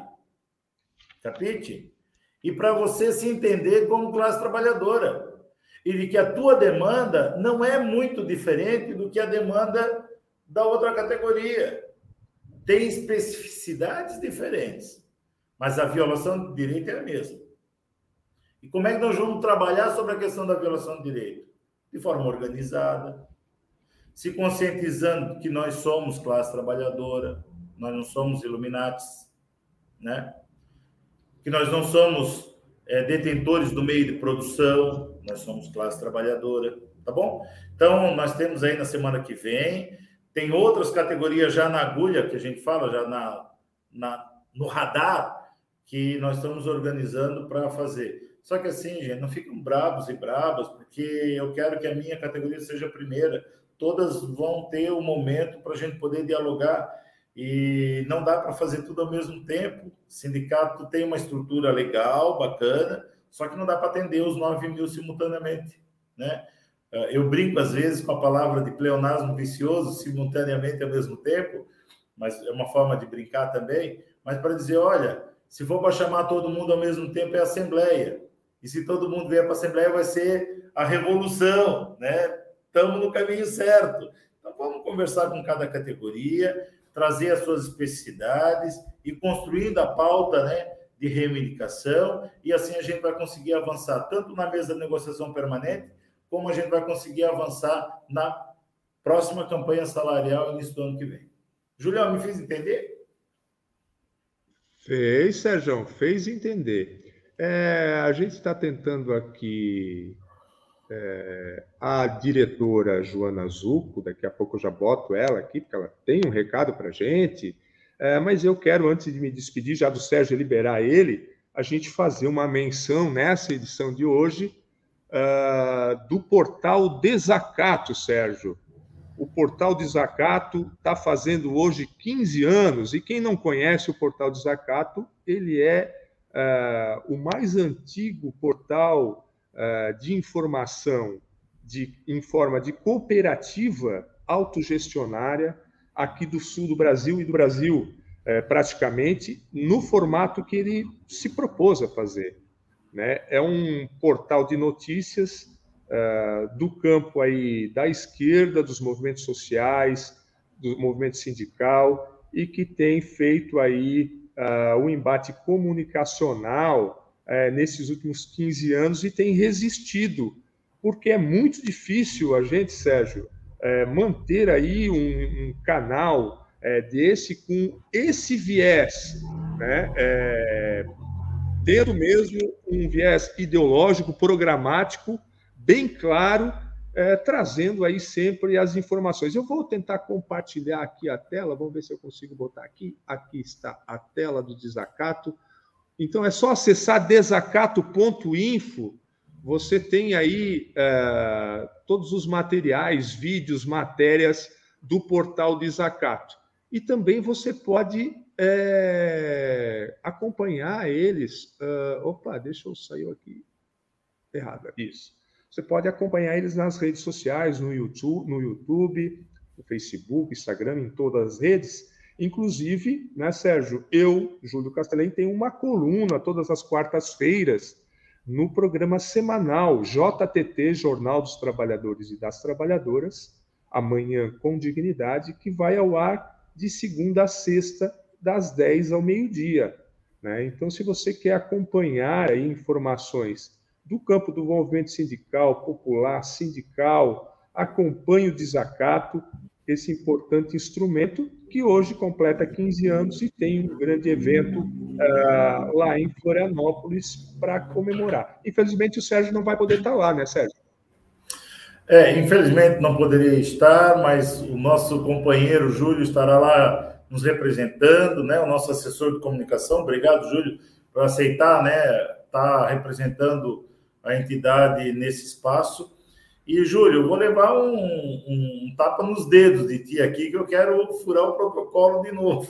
S3: capite? E para você se entender como classe trabalhadora. E de que a tua demanda não é muito diferente do que a demanda da outra categoria. Tem especificidades diferentes, mas a violação de direito é a mesma. E como é que nós vamos trabalhar sobre a questão da violação de direito? De forma organizada, se conscientizando que nós somos classe trabalhadora, nós não somos Illuminatis, né? Que nós não somos detentores do meio de produção, nós somos classe trabalhadora, tá bom? Então, nós temos aí na semana que vem, tem outras categorias já na agulha, que a gente fala, já no radar, que nós estamos organizando para fazer. Só que assim, gente, não ficam bravos e bravas, porque eu quero que a minha categoria seja a primeira. Todas vão ter um momento para a gente poder dialogar e não dá para fazer tudo ao mesmo tempo. O sindicato tem uma estrutura legal, bacana, só que não dá para atender os 9 mil simultaneamente, né? Eu brinco às vezes com a palavra de pleonasmo vicioso, simultaneamente ao mesmo tempo, mas é uma forma de brincar também, mas para dizer, olha, se for para chamar todo mundo ao mesmo tempo é assembleia. E se todo mundo vier para a Assembleia, vai ser a revolução, né? Estamos no caminho certo. Então, vamos conversar com cada categoria, trazer as suas especificidades e construindo a pauta, né, de reivindicação, e assim a gente vai conseguir avançar tanto na mesa de negociação permanente, como a gente vai conseguir avançar na próxima campanha salarial início do ano que vem. Julião, me fez entender?
S2: Fez, Sérgio, fez entender. A gente está tentando aqui, a diretora Joana Zucco, daqui a pouco eu já boto ela aqui, porque ela tem um recado para a gente, mas eu quero, antes de me despedir, já do Sérgio liberar ele, a gente fazer uma menção nessa edição de hoje do portal Desacato, Sérgio. O portal Desacato está fazendo hoje 15 anos, e quem não conhece o portal Desacato, ele é o mais antigo portal de informação em forma de cooperativa autogestionária aqui do sul do Brasil e do Brasil, praticamente, no formato que ele se propôs a fazer, né? É um portal de notícias do campo aí da esquerda, dos movimentos sociais, do movimento sindical, e que tem feito aí o embate comunicacional nesses últimos 15 anos e tem resistido, porque é muito difícil a gente, Sérgio, manter aí um canal desse com esse viés, né, tendo mesmo um viés ideológico, programático, bem claro, trazendo aí sempre as informações. Eu vou tentar compartilhar aqui a tela, vamos ver se eu consigo botar aqui. Aqui está a tela do Desacato. Então, é só acessar desacato.info. Você tem aí todos os materiais, vídeos, matérias do portal Desacato. E também você pode acompanhar eles. Opa, deixa eu sair aqui. Errado, isso. Você pode acompanhar eles nas redes sociais, no YouTube, no Facebook, Instagram, em todas as redes. Inclusive, né, Sérgio, eu, Júlio Castellém, tenho uma coluna todas as quartas-feiras no programa semanal JTT, Jornal dos Trabalhadores e das Trabalhadoras, Amanhã com Dignidade, que vai ao ar de segunda a sexta, das 10 ao meio-dia. Né? Então, se você quer acompanhar aí informações do campo do movimento sindical, popular, sindical, acompanhe o Desacato, esse importante instrumento que hoje completa 15 anos e tem um grande evento lá em Florianópolis para comemorar. Infelizmente, o Sérgio não vai poder estar lá, né, Sérgio?
S3: Infelizmente não poderia estar, mas o nosso companheiro Júlio estará lá nos representando, né? O nosso assessor de comunicação. Obrigado, Júlio, por aceitar, né? Estar representando a entidade nesse espaço. E, Júlio, eu vou levar um tapa nos dedos de ti aqui, que eu quero furar o protocolo de novo.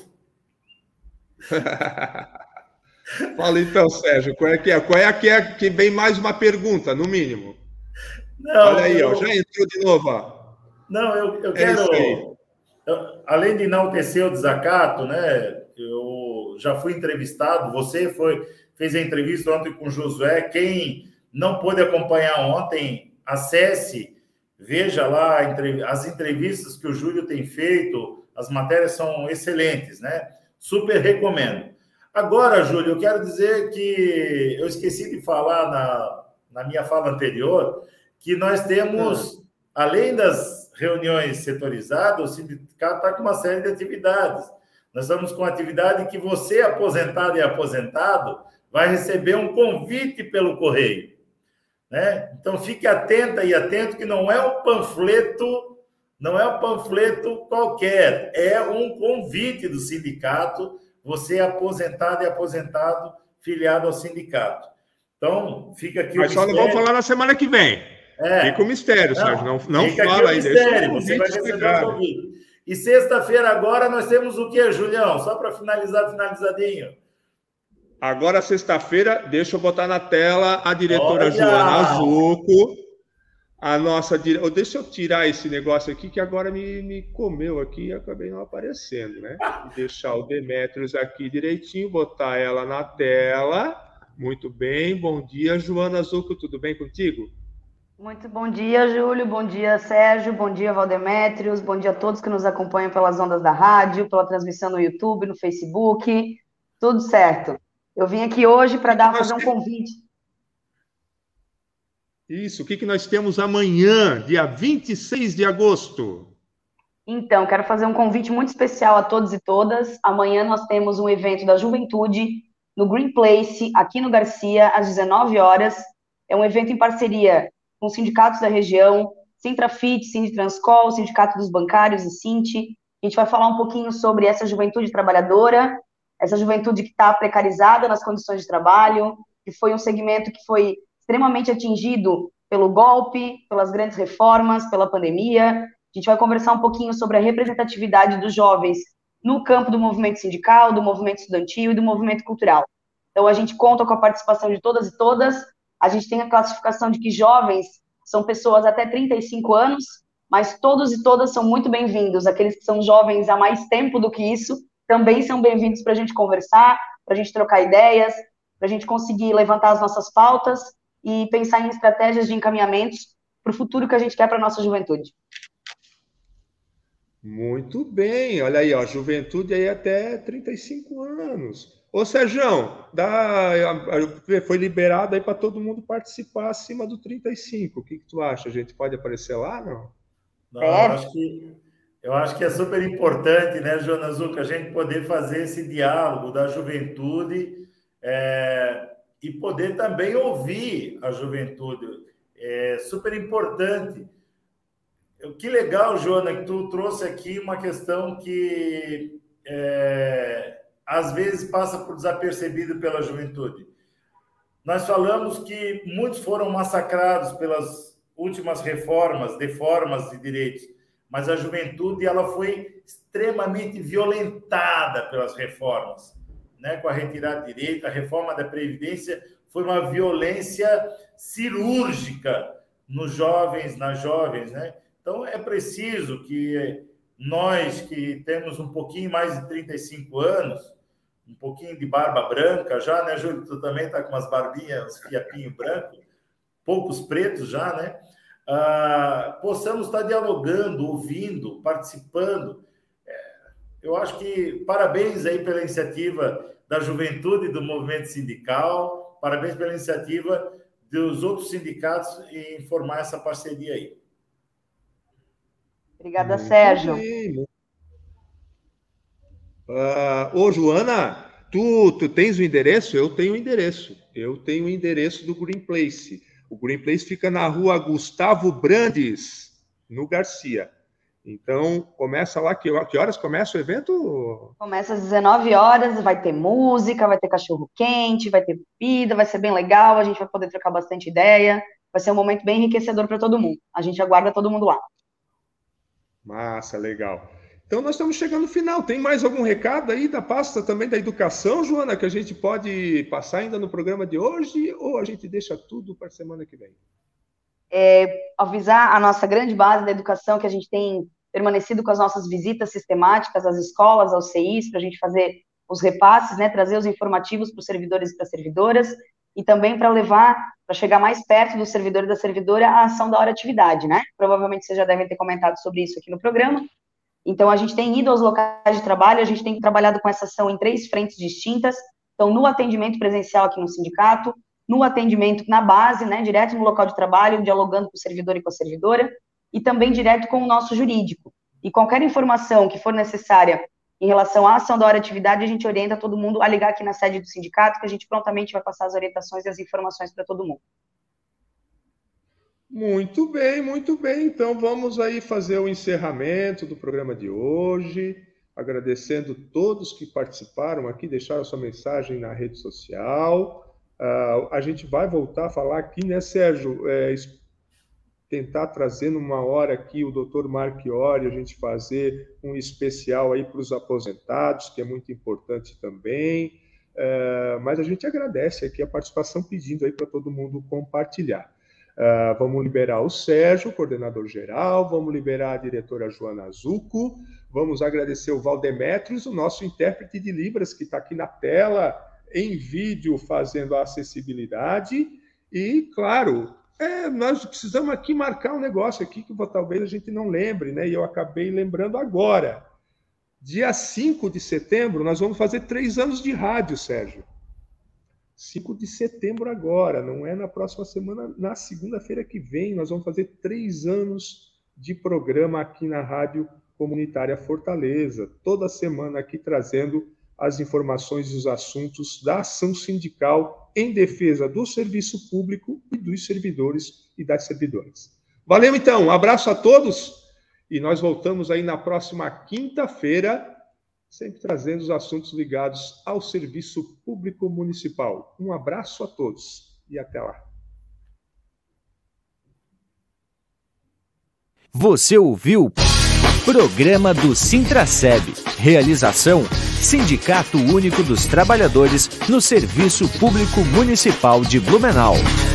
S2: Fala então, Sérgio, qual é que é que vem mais uma pergunta, no mínimo?
S3: Não,
S2: olha aí, ó, já entrou de novo. Ó.
S3: Não, eu quero... além de enaltecer o Desacato, né? Eu já fui entrevistado, você fez a entrevista ontem com o Josué. Quem não pôde acompanhar ontem, acesse, veja lá as entrevistas que o Júlio tem feito, as matérias são excelentes, né? Super recomendo. Agora, Júlio, eu quero dizer que eu esqueci de falar na minha fala anterior, que nós temos, além das reuniões setorizadas, o sindicato está com uma série de atividades. Nós estamos com atividade que você, aposentado e aposentado, vai receber um convite pelo correio. Né? Então, fique atenta e atento que não é um panfleto qualquer, é um convite do sindicato, você aposentado e aposentado, filiado ao sindicato. Então, fica aqui
S2: Mas só não vou falar na semana que vem. Fica o mistério, Sérgio. Não fala aí.
S3: Mistério, você vai receber o convite. E sexta-feira agora nós temos o quê, Julião? Só para finalizadinho.
S2: Agora, sexta-feira, deixa eu botar na tela a diretora Joana Azuco, a nossa... Deixa eu tirar esse negócio aqui, que agora me comeu aqui e acabei não aparecendo, né? Deixar o Demetrios aqui direitinho, botar ela na tela. Muito bem. Bom dia, Joana Azuco. Tudo bem contigo?
S4: Muito bom dia, Júlio. Bom dia, Sérgio. Bom dia, Valdemétrios. Bom dia a todos que nos acompanham pelas ondas da rádio, pela transmissão no YouTube, no Facebook. Tudo certo. Eu vim aqui hoje para fazer um convite.
S2: Isso. O que nós temos amanhã, dia 26 de agosto?
S4: Então, quero fazer um convite muito especial a todos e todas. Amanhã nós temos um evento da juventude no Green Place, aqui no Garcia, às 19 horas. É um evento em parceria com sindicatos da região, Sintrafit, Sinditranscol, Sindicato dos Bancários e Sinti. A gente vai falar um pouquinho sobre essa juventude trabalhadora, essa juventude que está precarizada nas condições de trabalho, que foi um segmento que foi extremamente atingido pelo golpe, pelas grandes reformas, pela pandemia. A gente vai conversar um pouquinho sobre a representatividade dos jovens no campo do movimento sindical, do movimento estudantil e do movimento cultural. Então, a gente conta com a participação de todas e todas. A gente tem a classificação de que jovens são pessoas até 35 anos, mas todos e todas são muito bem-vindos. Aqueles que são jovens há mais tempo do que isso também são bem-vindos para a gente conversar, para a gente trocar ideias, para a gente conseguir levantar as nossas pautas e pensar em estratégias de encaminhamentos para o futuro que a gente quer para a nossa juventude.
S2: Muito bem. Olha aí, ó, juventude aí até 35 anos. Ô, Sérgio, foi liberado aí para todo mundo participar acima do 35. O que tu acha? A gente pode aparecer lá, não?
S3: Não, eu acho que é super importante, né, Joana Azuca, a gente poder fazer esse diálogo da juventude e poder também ouvir a juventude. É super importante. Que legal, Joana, que tu trouxe aqui uma questão que às vezes passa por desapercebido pela juventude. Nós falamos que muitos foram massacrados pelas últimas reformas, deformas de direitos, mas a juventude ela foi extremamente violentada pelas reformas, né? Com a retirada de direito, a reforma da Previdência foi uma violência cirúrgica nos jovens, nas jovens, né? Então, é preciso que nós, que temos um pouquinho mais de 35 anos, um pouquinho de barba branca já, né, Júlio? Tu também está com umas barbinhas, uns fiapinhos brancos, poucos pretos já, né? Possamos estar dialogando, ouvindo, participando. Eu acho que parabéns aí pela iniciativa da juventude do movimento sindical, parabéns pela iniciativa dos outros sindicatos em formar essa parceria aí.
S4: Obrigada, Sérgio.
S2: Ô, Joana, tu tens o endereço? Eu tenho o endereço. Eu tenho o endereço do Green Place. O Green Place fica na rua Gustavo Brandes, no Garcia. Então, começa lá. Que horas começa o evento?
S4: Começa às 19 horas, vai ter música, vai ter cachorro-quente, vai ter bebida, vai ser bem legal, a gente vai poder trocar bastante ideia. Vai ser um momento bem enriquecedor para todo mundo. A gente aguarda todo mundo lá.
S2: Massa, legal. Então, nós estamos chegando no final. Tem mais algum recado aí da pasta também da educação, Joana, que a gente pode passar ainda no programa de hoje, ou a gente deixa tudo para a semana que vem?
S4: Avisar a nossa grande base da educação, que a gente tem permanecido com as nossas visitas sistemáticas às escolas, aos CIs, para a gente fazer os repasses, né, trazer os informativos para os servidores e para as servidoras, e também para chegar mais perto do servidor e da servidora a ação da hora atividade, né? Provavelmente vocês já devem ter comentado sobre isso aqui no programa. Então, a gente tem ido aos locais de trabalho, a gente tem trabalhado com essa ação em 3 frentes distintas. Então, no atendimento presencial aqui no sindicato, no atendimento na base, né, direto no local de trabalho, dialogando com o servidor e com a servidora, e também direto com o nosso jurídico. E qualquer informação que for necessária em relação à ação da hora atividade, a gente orienta todo mundo a ligar aqui na sede do sindicato, que a gente prontamente vai passar as orientações e as informações para todo mundo.
S2: Muito bem, muito bem. Então, vamos aí fazer o encerramento do programa de hoje, agradecendo todos que participaram aqui, deixaram sua mensagem na rede social. A gente vai voltar a falar aqui, né, Sérgio? Tentar trazer numa hora aqui o Dr. Marchiori, a gente fazer um especial aí para os aposentados, que é muito importante também. Mas a gente agradece aqui a participação, pedindo aí para todo mundo compartilhar. Vamos liberar o Sérgio, coordenador geral, vamos liberar a diretora Joana Zucco, vamos agradecer o Valdemetrios, o nosso intérprete de Libras, que está aqui na tela, em vídeo, fazendo a acessibilidade. E, claro, nós precisamos aqui marcar um negócio aqui que talvez a gente não lembre, né? E eu acabei lembrando agora. Dia 5 de setembro, nós vamos fazer 3 anos de rádio, Sérgio. 5 de setembro agora, não é na próxima semana, na segunda-feira que vem, nós vamos fazer 3 anos de programa aqui na Rádio Comunitária Fortaleza, toda semana aqui trazendo as informações e os assuntos da ação sindical em defesa do serviço público e dos servidores e das servidoras. Valeu, então, um abraço a todos e nós voltamos aí na próxima quinta-feira, sempre trazendo os assuntos ligados ao serviço público municipal. Um abraço a todos e até lá.
S1: Você ouviu Programa do Sintraceb. Realização: Sindicato Único dos Trabalhadores no Serviço Público Municipal de Blumenau.